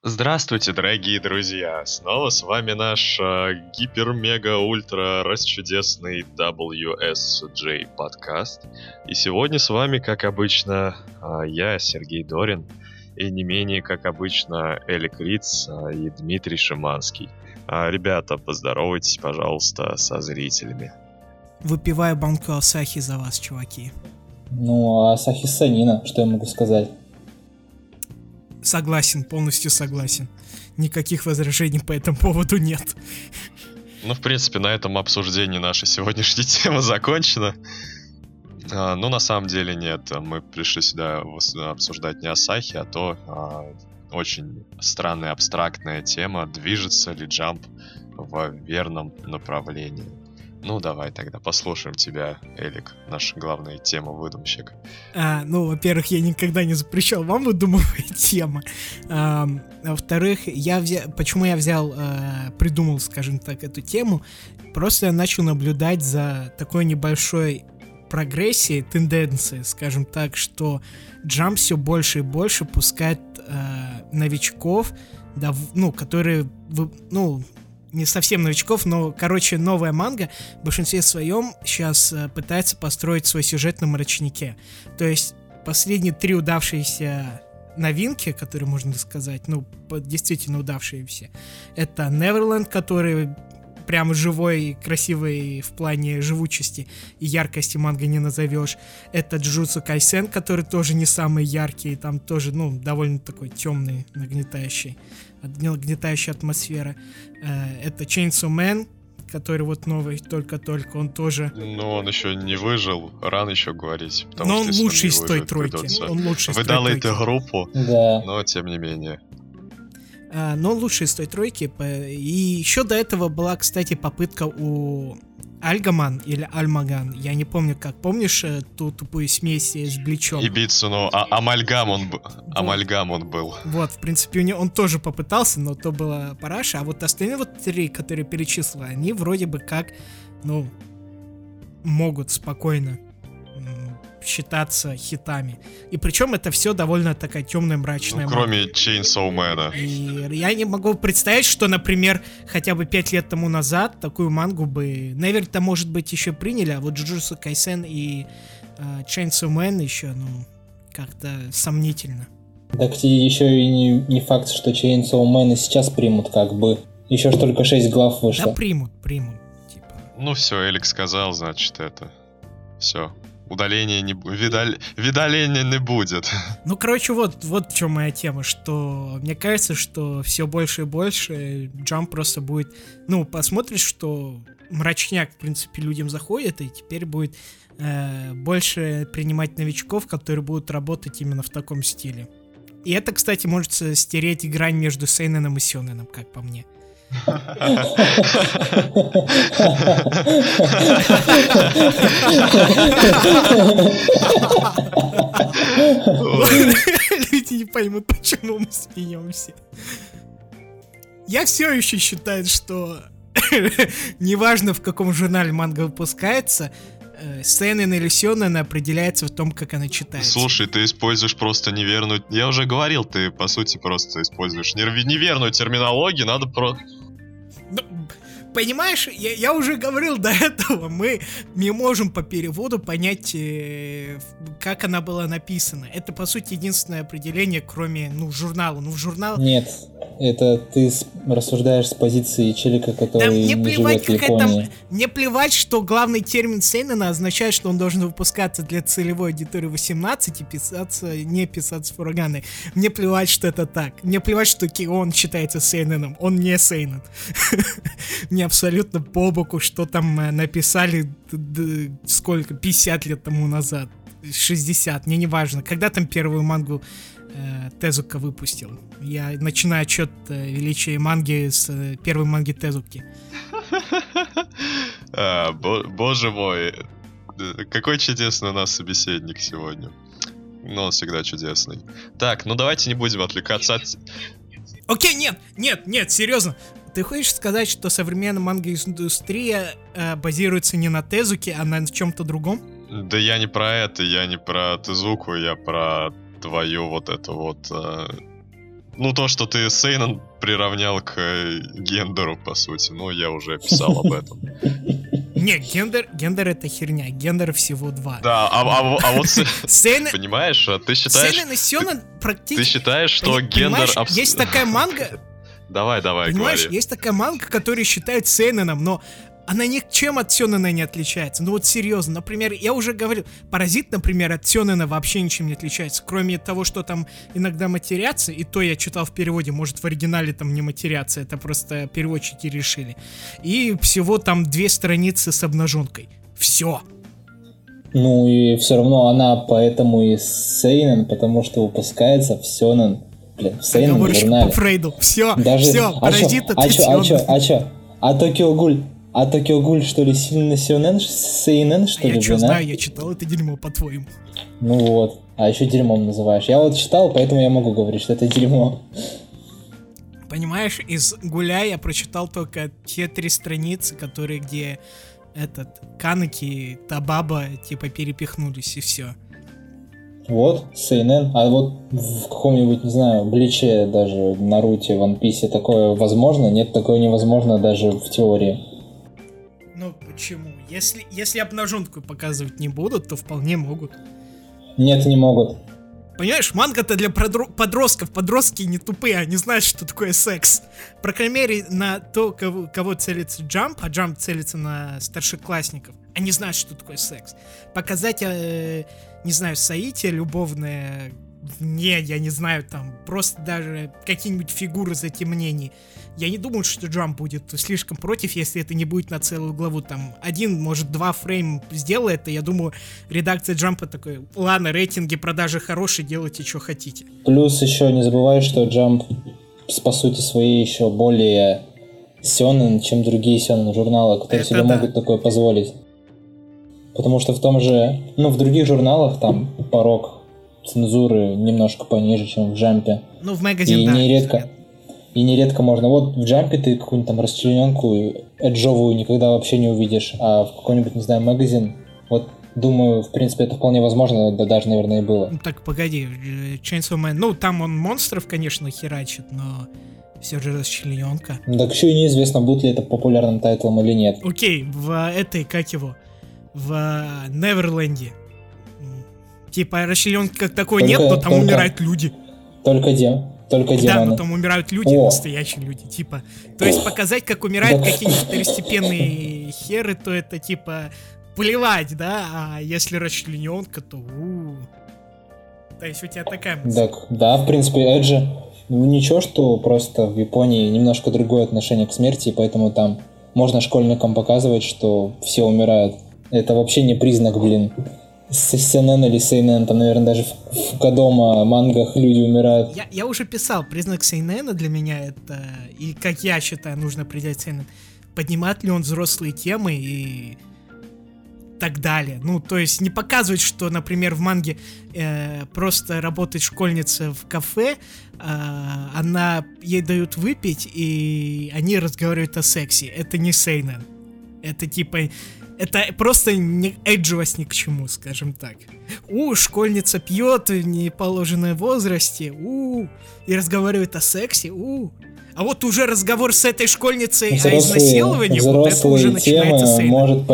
Здравствуйте, дорогие друзья! Снова с вами наш гипер-мега-ультра-расчудесный WSJ подкаст. И сегодня с вами, как обычно, я, Сергей Дорин, и не менее, как обычно, Элик Риц и Дмитрий Шиманский. Ребята, поздоровайтесь, пожалуйста, со зрителями. Выпиваю банку Асахи за вас, чуваки. Асахи Санина, что я могу сказать? Согласен, полностью согласен. Никаких возражений по этому поводу нет. В принципе, на этом обсуждение нашей сегодняшней темы закончено. Но на самом деле нет. Мы пришли сюда обсуждать не Асахи, а то очень странная абстрактная тема, движется ли Jump в верном направлении. Давай тогда послушаем тебя, Элик, наша главная тема-выдумщик. Во-первых, я никогда не запрещал вам выдумывать темы. Во-вторых, почему я придумал, скажем так, эту тему? Просто я начал наблюдать за такой небольшой прогрессией, тенденцией, скажем так, что Jump все больше и больше пускает новичков, которые, не совсем новичков, но, новая манга в большинстве своем сейчас пытается построить свой сюжет на мрачнике. То есть последние 3 удавшиеся новинки, которые можно сказать, действительно удавшиеся, это Neverland, который прям живой и красивый в плане живучести и яркости манга не назовешь. Это Jujutsu Kaisen, который тоже не самый яркий, там тоже, довольно такой темный, нагнетающая атмосфера. Это Chainsaw Man, который новый, только-только, он тоже... Он еще не выжил, рано еще говорить. Но он лучший из той тройки. Вы дали эту группу, да. Но тем не менее. Но он лучший из той тройки. И еще до этого была, кстати, попытка у Альгаман или Альмаган. Я не помню как. Помнишь ту тупую смесь с Бличом? Ибицу, Амальгам он был. Вот, в принципе, он тоже попытался, но то была параша. А вот остальные 3, которые перечислил, они вроде бы как, могут спокойно считаться хитами. И причем это все довольно такая темная, мрачная кроме Chainsaw Man. И я не могу представить, что, например, хотя бы 5 лет тому назад такую мангу бы, наверное, может быть, еще приняли, а вот Jujutsu Kaisen и Chainsaw Man еще, как-то сомнительно. Так еще и не факт, что Chainsaw Man и сейчас примут, как бы. Еще ж только 6 глав вышло. Да, примут, типа. Все, Элик сказал, значит, это. Все. Удаления видаления не будет. Вот в чем моя тема, что мне кажется, что все больше и больше Jump просто будет, посмотришь, что мрачняк, в принципе, людям заходит, и теперь будет больше принимать новичков, которые будут работать именно в таком стиле. И это, кстати, может стереть грань между сейненом и сёнэном, как по мне. Люди не поймут, почему мы смеемся. Я все еще считаю, что неважно, в каком журнале манга выпускается, сенэн или сёнэн определяется в том, как она читается. Слушай, ты используешь просто неверную... Я уже говорил, ты, по сути, просто используешь неверную терминологию, надо Понимаешь, я уже говорил до этого, мы не можем по переводу понять, как она была написана. Это, по сути, единственное определение, кроме, журнала. Журнал... Нет, это ты рассуждаешь с позиции челика, который не живет в Японии. Мне плевать, что главный термин сейнэна означает, что он должен выпускаться для целевой аудитории 18 и не писаться фураганой. Мне плевать, что это так. Мне плевать, что Кион считается сейнэном. Он не сейнэн. Мне абсолютно по боку, что там написали сколько, 50 лет тому назад, 60, мне не важно. Когда там первую мангу Тезука выпустил? Я начинаю отчет величия манги с первой манги Тезуки. Боже мой, какой чудесный у нас собеседник сегодня. Он всегда чудесный. Так, давайте не будем отвлекаться от... Окей, нет, серьезно. Ты хочешь сказать, что современная манга-индустрия базируется не на Тезуке, а на чем-то другом? Да я не про это, я не про Тезуку, я про твою Ну, то, что ты Сейнен приравнял к гендеру, по сути. Ну, я уже писал об этом. Не, гендер это херня. Гендер всего 2. Да, а вот Сейнен... Понимаешь, ты считаешь... Сейнен и Сёнэн практически... Ты считаешь, что гендер... Есть такая манга... Давай, Понимаешь, говори. есть такая манга, которую считают Сейненом, но она ничем от Сёнэна не отличается. Ну вот серьезно, например, я уже говорил, Паразит, например, от Сёнэна вообще ничем не отличается, кроме того, что там иногда матерятся, и то я читал в переводе, может в оригинале там не матерятся, это просто переводчики решили. И всего там 2 страницы с обнаженкой. Все. Ну и все равно она поэтому и сейнен, потому что выпускается в сёнэн. Блин, в сейнен в журнале. По Фрейду. Все, даже... все, Паразит это Сёнэн. А Токио Гуль, что ли, сильно сейнен, что ли? Я что знаю, я читал это дерьмо, по-твоему. Ну вот, а еще дерьмом называешь. Я вот читал, поэтому я могу говорить, что это дерьмо. Понимаешь, из Гуля я прочитал только те 3 страницы, которые, где Канеки и Табаба типа перепихнулись, и все. Вот, сейнен. А вот в каком-нибудь, не знаю, Бличе, даже Наруте, Ван Писе такое возможно? Нет, такое невозможно даже в теории. Ну почему? Если обнаженку показывать не будут, то вполне могут. Нет, не могут. Понимаешь, манга-то для подростков. Подростки не тупые, они знают, что такое секс. По крайней мере, на то, кого целится Jump, а Jump целится на старшеклассников, они знают, что такое секс. Показать, не знаю, соитие любовное, я не знаю, там, просто даже какие-нибудь фигуры затемнений. Я не думаю, что Jump будет слишком против, если это не будет на целую главу. Там 1, может 2 фрейм сделает, и я думаю, редакция Jump такой: ладно, рейтинги, продажи хорошие, делайте, что хотите. Плюс еще не забывай, что Jump по сути своей еще более сёнэн, чем другие сёнэн журналы, которые это себе да. могут такое позволить. Потому что в том же, в других журналах там порог цензуры немножко пониже, чем в Джампе. Ну, в магазине, да. И нередко можно. Вот в Джампе ты какую-нибудь там расчлененку эджовую никогда вообще не увидишь, а в какой-нибудь, не знаю, магазин, вот думаю, в принципе, это вполне возможно, да даже, наверное, и было. Ну так, погоди, Chainsaw Man, ну, там он монстров, конечно, херачит, но все же расчлененка. Так еще и неизвестно, будет ли это популярным тайтлом или нет. Окей, в этой, в Неверленде. Типа, расчлененки как такой нет, но там умирают люди. Только демоны. Да, но там умирают люди, настоящие люди, типа. То есть показать, как умирают какие-нибудь второстепенные херы, то это типа плевать, да? А если расчлененка, то То есть у тебя такая мысль. Так, да, в принципе, Эджи, ничего, что просто в Японии немножко другое отношение к смерти, и поэтому там можно школьникам показывать, что все умирают. Это вообще не признак, сёнэн или сейнэн, там, наверное, даже в Кодома мангах люди умирают. Я уже писал, признак сейнэна для меня это, и как я считаю, нужно определять сейнэн, поднимает ли он взрослые темы и так далее. Ну, то есть не показывать, что, например, в манге просто работает школьница в кафе, ей дают выпить, и они разговаривают о сексе. Это не сейнэн. Это типа... Это просто не эдживость ни к чему, скажем так. Школьница пьет в неположенном возрасте, и разговаривает о сексе, А вот уже разговор с этой школьницей о изнасиловании, вот это уже начинается сейнэн.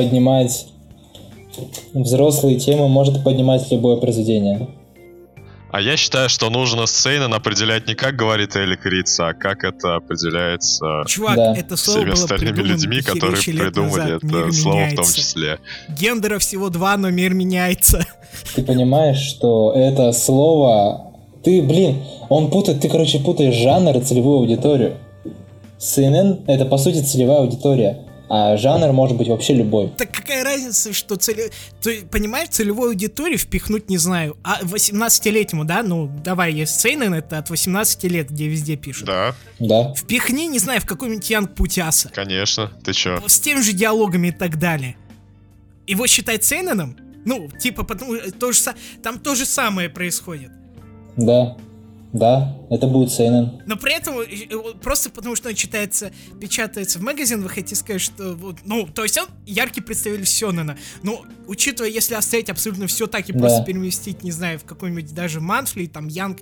Взрослые темы может поднимать любое произведение. А я считаю, что нужно сейнэн определять не как говорит Элик Риц, а как это определяется это слово всеми было остальными людьми, которые придумали это слово в том числе. Гендера всего 2, но мир меняется. Ты понимаешь, что это слово... Ты путаешь жанр и целевую аудиторию. Сейнэн — это, по сути, целевая аудитория. А жанр может быть вообще любой. Так какая разница, что понимаешь, целевую аудиторию впихнуть, не знаю, 18-летнему, да? Ну, давай, если сейнэн, это от 18 лет, где везде пишут. Да. Впихни, не знаю, в какой-нибудь Янг Путяса. Конечно, ты чё? С теми же диалогами и так далее. Его считать сейнэном? Ну, типа, потому там то же самое происходит. Да. Да, это будет сейнэн. Но при этом, просто потому что он печатается в магазин, вы хотите сказать, что... Ну, то есть он яркий представитель сёнэна. Но, учитывая, если оставить абсолютно все так и просто переместить, не знаю, в какой-нибудь даже Monthly, там, Young...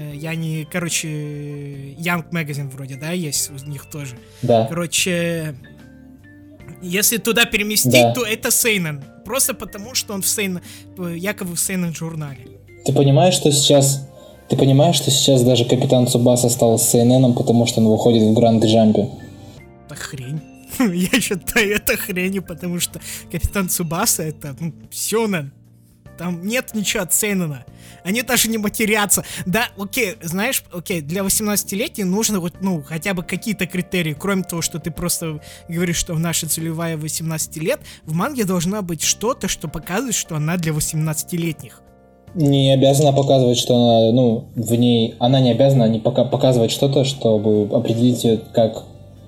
Young Magazine вроде, да, есть у них тоже. Да. Короче... Если туда переместить, то это сейнэн. Просто потому, что он якобы в сейнэн журнале. Ты понимаешь, что сейчас даже Капитан Цубаса стал сейнэном, потому что он выходит в Гранд Джампе? Это хрень. Я считаю, это хрень, потому что Капитан Цубаса это сёнэн. Там нет ничего от сейнэна. Они даже не матерятся. Да, окей, знаешь, для 18-летних нужно хотя бы какие-то критерии. Кроме того, что ты просто говоришь, что наша целевая 18 лет, в манге должна быть что-то, что показывает, что она для 18-летних. Не обязана показывать, что она, в ней... Она не обязана показывать что-то, чтобы определить ее как...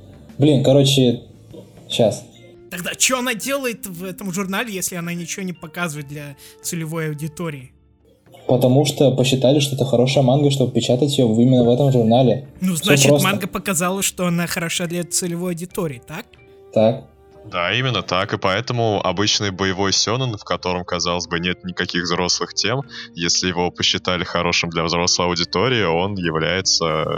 Сейчас. Тогда что она делает в этом журнале, если она ничего не показывает для целевой аудитории? Потому что посчитали, что это хорошая манга, чтобы печатать ее именно в этом журнале. Значит, манга показала, что она хороша для целевой аудитории, так? Так. Да, именно так, и поэтому обычный боевой сёнэн, в котором, казалось бы, нет никаких взрослых тем, если его посчитали хорошим для взрослой аудитории, он является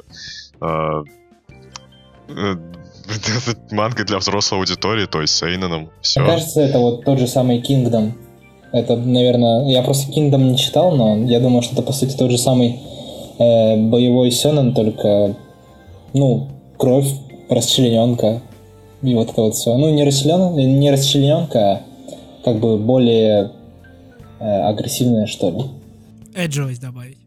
мангой для взрослой аудитории, то есть сейнэном. Все. Мне кажется, это вот тот же самый Kingdom. Это, наверное, я просто Kingdom не читал, но я думаю, что это, по сути, тот же самый боевой сёнэн, только, кровь, расчлененка. И вот это вот все. Не расчлененка, а как бы более агрессивная, что ли. Эджовость добавить.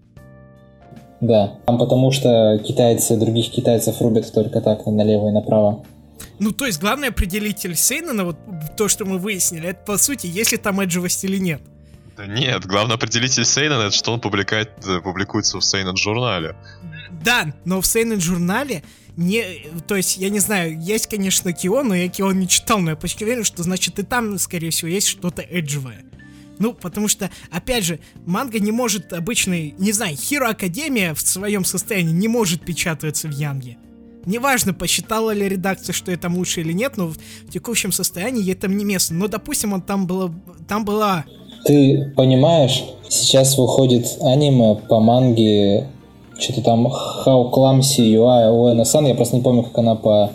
Да. Там потому что других китайцев рубят только так, налево и направо. То есть главный определитель сейнэна, вот то, что мы выяснили, это по сути, есть ли там эджовость или нет. Да нет, главный определитель сейнэна, это что он публикуется в сейнэн-журнале. Да, но в сейнэн-журнале то есть, я не знаю, есть, конечно, Кион, но я Кион не читал, но я почти уверен, что, значит, и там, скорее всего, есть что-то эджевое. Потому что, опять же, манга не может обычный, не знаю, Hero Academia в своем состоянии не может печататься в Янге. Неважно, посчитала ли редакция, что это там лучше или нет, но в текущем состоянии ей там не место. Но, допустим, там была... Ты понимаешь, сейчас выходит аниме по манге... Что-то там How Clumsy You Are Ueno-san, я просто не помню, как она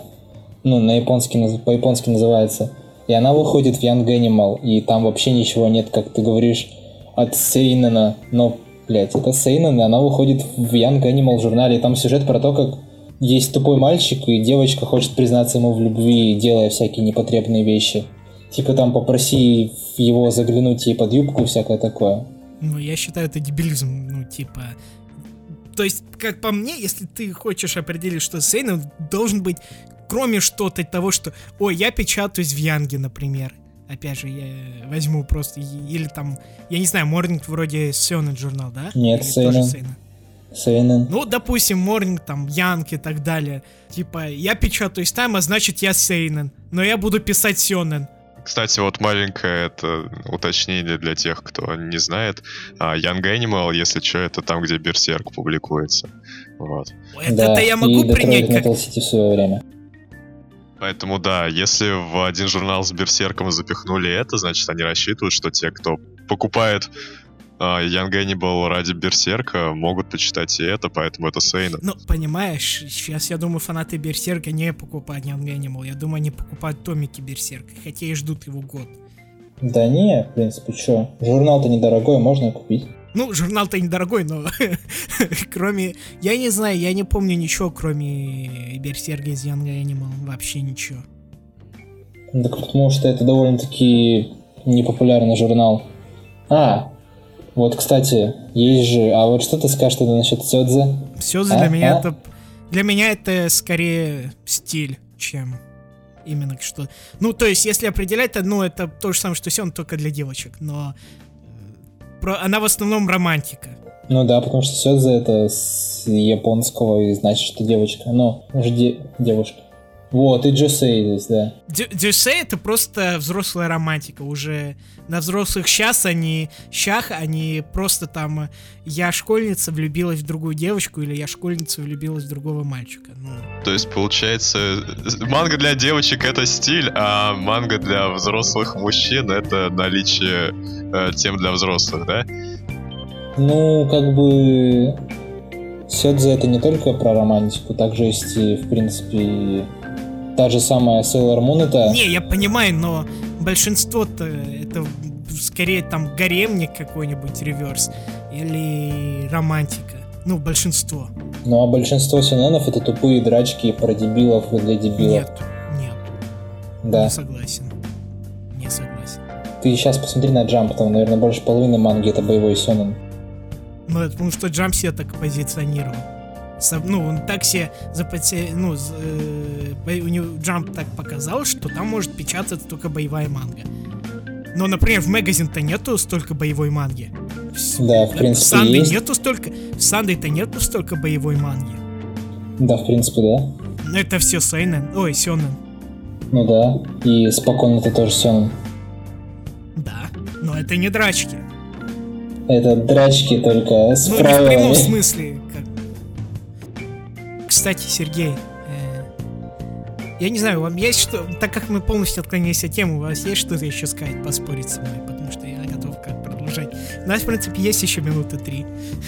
по-японски называется. И она выходит в Young Animal, и там вообще ничего нет, как ты говоришь, от сейнэна. Но, это сейнэн, и она выходит в Young Animal журнале, и там сюжет про то, как есть тупой мальчик, и девочка хочет признаться ему в любви, делая всякие непотребные вещи. Типа там попроси его заглянуть ей под юбку, всякое такое. Я считаю, это дебилизм, То есть, как по мне, если ты хочешь определить, что сейнэн, должен быть, кроме что-то того, что я печатаюсь в Янге, например. Опять же, я возьму просто, или там, я не знаю, Morning вроде сёнэн журнал, да? Нет, сейнэн. Допустим, Morning, там, Янг и так далее. Типа, я печатаюсь там, а значит, я сейнэн. Но я буду писать сёнэн. Кстати, вот маленькое это уточнение для тех, кто не знает. Young Animal, если что, это там, где Берсерк публикуется. Вот. Это я могу принять как... в свое время. Поэтому да, если в один журнал с Берсерком запихнули это, значит они рассчитывают, что те, кто покупает Young Animal ради Берсерка, могут почитать и это, поэтому это сейнэн. Понимаешь, сейчас, я думаю, фанаты Берсерка не покупают Young Animal. Я думаю, они покупают томики Берсерка, хотя и ждут его год. Да не, в принципе, что? Журнал-то недорогой, можно купить. Журнал-то недорогой, но кроме... Я не знаю, я не помню ничего, кроме Берсерка из Young Animal. Вообще ничего. Так потому что это довольно-таки непопулярный журнал. Вот, кстати, есть же... А вот что ты скажешь тогда насчет сёдзе? Сёдзе для меня это... Для меня это скорее стиль, чем именно что... то есть, если определять, то, это то же самое, что сёнэн, только для девочек, но... Она в основном романтика. Да, потому что сёдзе это с японского, и значит, что девочка. Девушка. Вот, и Джусей здесь, да. Дюсей — это просто взрослая романтика. Уже на взрослых они просто там я школьница влюбилась в другую девочку, или я школьница влюбилась в другого мальчика. Ну. То есть, получается, манга для девочек — это стиль, а манга для взрослых мужчин — это наличие тем для взрослых, да? Ну, как бы... Сёдзе — это не только про романтику, также есть и, в принципе, та же самая Sailor Moon это... Не, я понимаю, но большинство-то это скорее там гаремник какой-нибудь реверс или романтика. Ну, большинство. Ну, а большинство сёнэнов это тупые драчки про дебилов и для дебилов. Нет. Да. Не согласен. Ты сейчас посмотри на Jump, там, наверное, больше половины манги это боевой сёнэн. Ну, это потому что Jump себя так позиционировал. Он так себе у него Jump так показал, что там может печататься только боевая манга. Но, например, в Magazine-то нету столько боевой манги. Да, в принципе, есть. В Sunday-то нету столько боевой манги. Да, в принципе, да. Но это все сёнэн. Ну да, и спокойно это тоже сёнэн. Да, но это не драчки. Это драчки только с правилами. Не в прямом смысле. Кстати, Сергей, я не знаю, вам есть что... Так как мы полностью отклонились от темы, у вас есть что-то еще сказать, поспорить со мной? Потому что я готов продолжать. У нас, в принципе, есть еще минуты 3.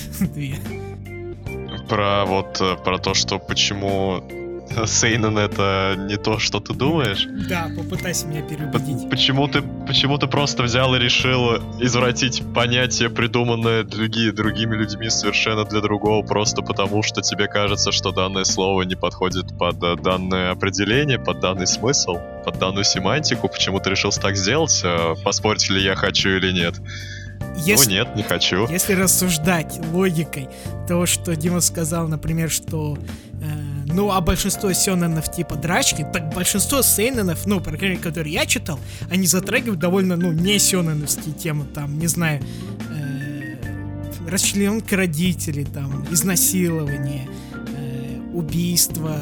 2. Про то, что почему сейнэн это не то, что ты думаешь? Да, попытайся меня переубедить. Почему ты просто взял и решил извратить понятие, придуманное другими людьми совершенно для другого, просто потому, что тебе кажется, что данное слово не подходит под данное определение, под данный смысл, под данную семантику? Почему ты решил так сделать? Поспорить ли я хочу или нет? Нет, не хочу. Если рассуждать логикой того, что Дима сказал, например, что а большинство сёнэнов типа драчки, так большинство сейнэнов, по крайней мере, которые я читал, они затрагивают довольно, не сёнэновские темы, там, не знаю, расчлененка родителей, там, изнасилование, убийство,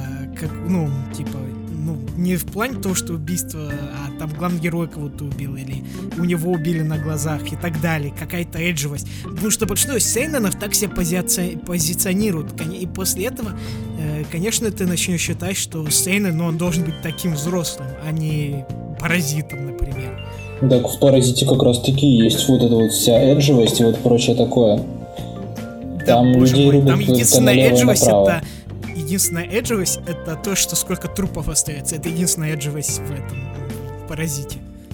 не в плане того, что убийство, а там главный герой кого-то убил, или у него убили на глазах и так далее, какая-то эджевость. Потому что большинство сейнэнов так себя позиционируют, и после этого, конечно, ты начнешь считать, что сейнэн, он должен быть таким взрослым, а не паразитом, например. Так в «Паразите» как раз таки есть вот эта вот вся эджевость и вот прочее такое. Да, там людей рубят там единственная эджевость направо. Единственная эджевость — это то, что сколько трупов остается. Это единственная эджевость в «Паразите».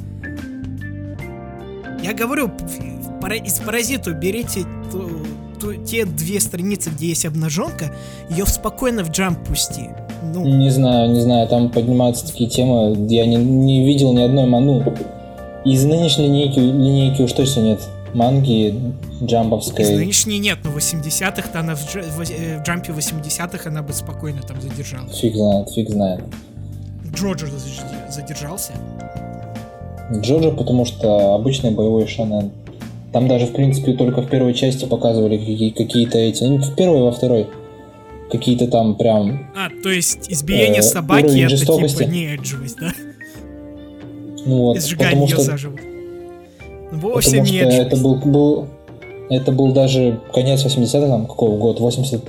Я говорю, из «Паразита» берите те 2 страницы, где есть обнаженка, ее спокойно в Jump пусти. Не знаю, там поднимаются такие темы, где я не видел ни одной из нынешней линейки уж точно нет манги джамповской. Из нынешней нет, но в 80-х-то она в Джампе 80-х она бы спокойно там задержалась. Фиг знает. Джоджо задержался? Джоджо, потому что обычный боевой шонэн. Там даже, в принципе, только в первой части показывали какие-то эти... в первой и во второй. Какие-то там прям... то есть избиение собаки — это жестокости. типа не эджевость, да? И сжигание ее заживо. Вовсе не эджевость. Это был даже конец 80-х, там, какого года?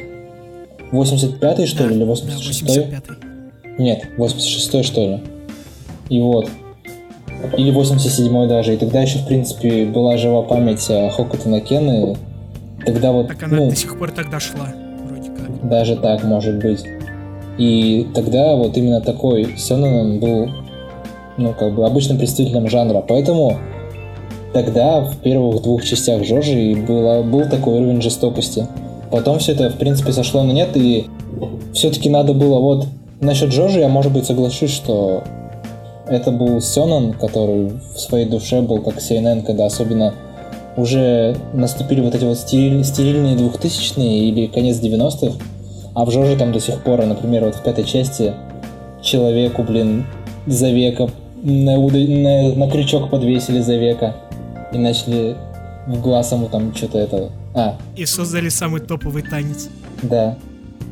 85-й, что ли, или 86-й? 85-й. Нет, 86-й, что ли. И вот. Или 87-й даже. И тогда еще, в принципе, была жива память о Хокуто no Ken, и тогда вот... Так она до сих пор тогда шла, вроде как. Даже так, может быть. И тогда вот именно такой сёнэн был, обычным представителем жанра. Поэтому тогда в первых 2 частях Джоджо был такой уровень жестокости. Потом все это, в принципе, сошло на нет, и все-таки надо было насчет Джоджо я, может быть, соглашусь, что это был сёнэн, который в своей душе был как сейнэн, когда особенно уже наступили вот эти вот стерильные 2000-е или конец 90-х, а в Джоджо там до сих пор, например, вот в 5-й части человеку, за века на крючок подвесили за века и начали в глаз ему там что-то это... И создали самый топовый танец. Да.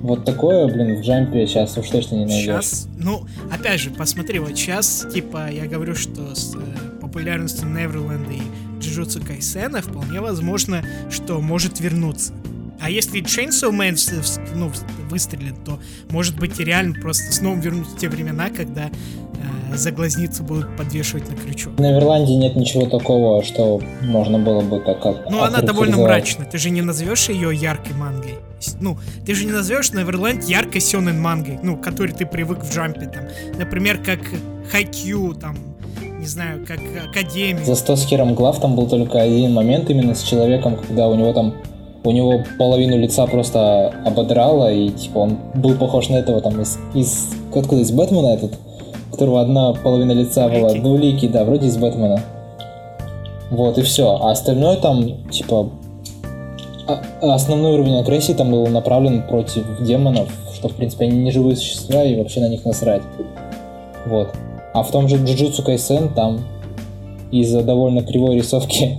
Вот такое, блин, в джампе сейчас уж точно не найдешь. Сейчас, ну, опять же, посмотри, вот сейчас, типа, я говорю, что с популярностью Неверленда и Джуджутсу Кайсена вполне возможно, что может вернуться. А если Chainsaw Man выстрелит, то, может быть, и реально просто снова вернуть те времена, когда за глазницу будут подвешивать на крючок. В Неверленде нет ничего такого, что можно было бы как Ну, она довольно мрачная. Ты же не назовешь ее яркой мангой. Ну, ты же не назовешь Неверленд яркой сёнэн мангой, ну, к которой ты привык в джампе, там. Например, как Хайкью, там, не знаю, как Академия. За 100 с хером глав там был только один момент именно с человеком, когда у него половину лица просто ободрало, и типа он был похож на этого там из Бэтмена этот, у которого одна половина лица была двуликий, да, вроде из Бэтмена. Вот, и все. А остальное там, типа, основной уровень агрессии там был направлен против демонов, что, в принципе, они не живые существа, и вообще на них насрать. Вот. А в том же Джуджутсу Кайсен там из-за довольно кривой рисовки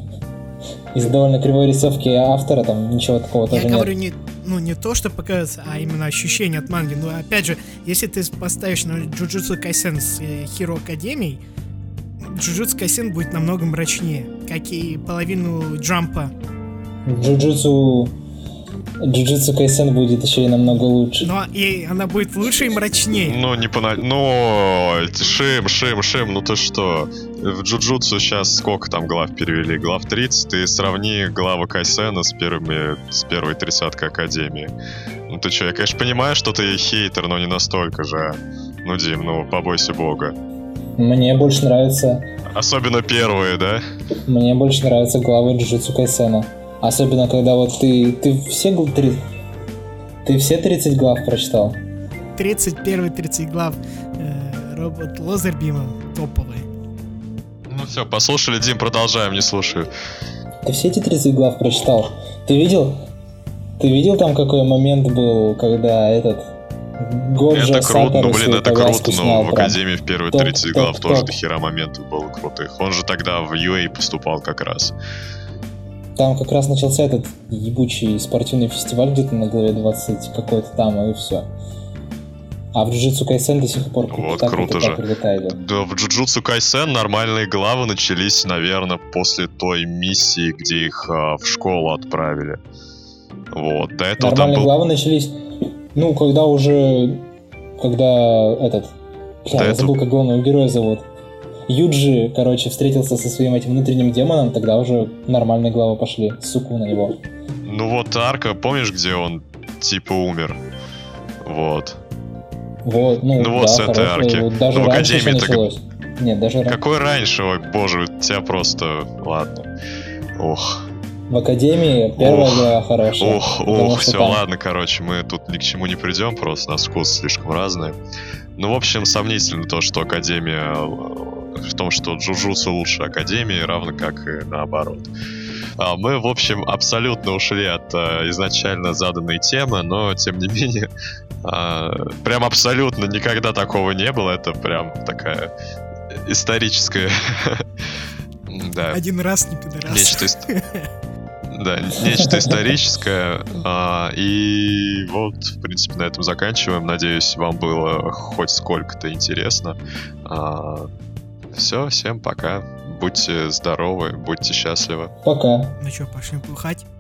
автора там ничего такого тоже нет. Я говорю не то, что показывается, а именно ощущение от манги. Но опять же, если ты поставишь на Джуджутсу Кайсен с Hero Academy, Джуджутсу Кайсен будет намного мрачнее, как и половину Джампа. Джуджутсу Кайсен будет еще и намного лучше. Но и она будет лучше и мрачнее. Шим, ну ты что? В Джуджутсу сейчас сколько там глав перевели? Глав 30? Ты сравни главы Кайсена с первой 30-кой Академии. Ну ты что, я, конечно, понимаю, что ты хейтер, но не настолько же. Ну, Дим, побойся бога. Мне больше нравится... Особенно первые, да? Мне больше нравятся главы Джуджутсу Кайсена. Особенно, когда вот ты все 30 глав прочитал? 30 глав Робот Лазербима топовые. Ну все, послушали, Дим, продолжаем, не слушаю. Ты все эти 30 глав прочитал? Ты видел там какой момент был, когда этот Годжа Сакуру свою повязку снял? В Академии в первые 30 глав тоже дохера моментов было крутых. Он же тогда в UA поступал как раз. Там как раз начался этот ебучий спортивный фестиваль где-то на главе 20 какой-то там, и все. А в Джуджутсу Кайсен до сих пор вот круто же. Да, в Джуджутсу Кайсен нормальные главы начались, наверное, после той миссии, где их в школу отправили. Вот, до этого нормальные там главы начались, я забыл, как главного героя зовут. Юджи, встретился со своим этим внутренним демоном, тогда уже нормальные главы пошли. Суку на него. Ну вот арка, помнишь, где он типа умер? Вот. Вот, с этой арки. Вот даже в раньше Академии началось. Нет, даже раньше. Какой раньше? Ой, боже, у тебя просто... Ладно. Ох. В Академии первая глава хорошая. Все, там... ладно, мы тут ни к чему не придем, просто у нас вкусы слишком разные. Ну, в общем, сомнительно то, что Академия... В том, что Джуджутсу лучше Академии, равно как и наоборот. Мы, в общем, абсолютно ушли от изначально заданной темы, но, тем не менее, прям абсолютно никогда такого не было. Это прям такая историческая... Да. Один раз не пидорас. Нечто историческое. И вот, в принципе, на этом заканчиваем. Надеюсь, вам было хоть сколько-то интересно. Все, всем пока. Будьте здоровы, будьте счастливы. Пока. Ну что, пошли бухать?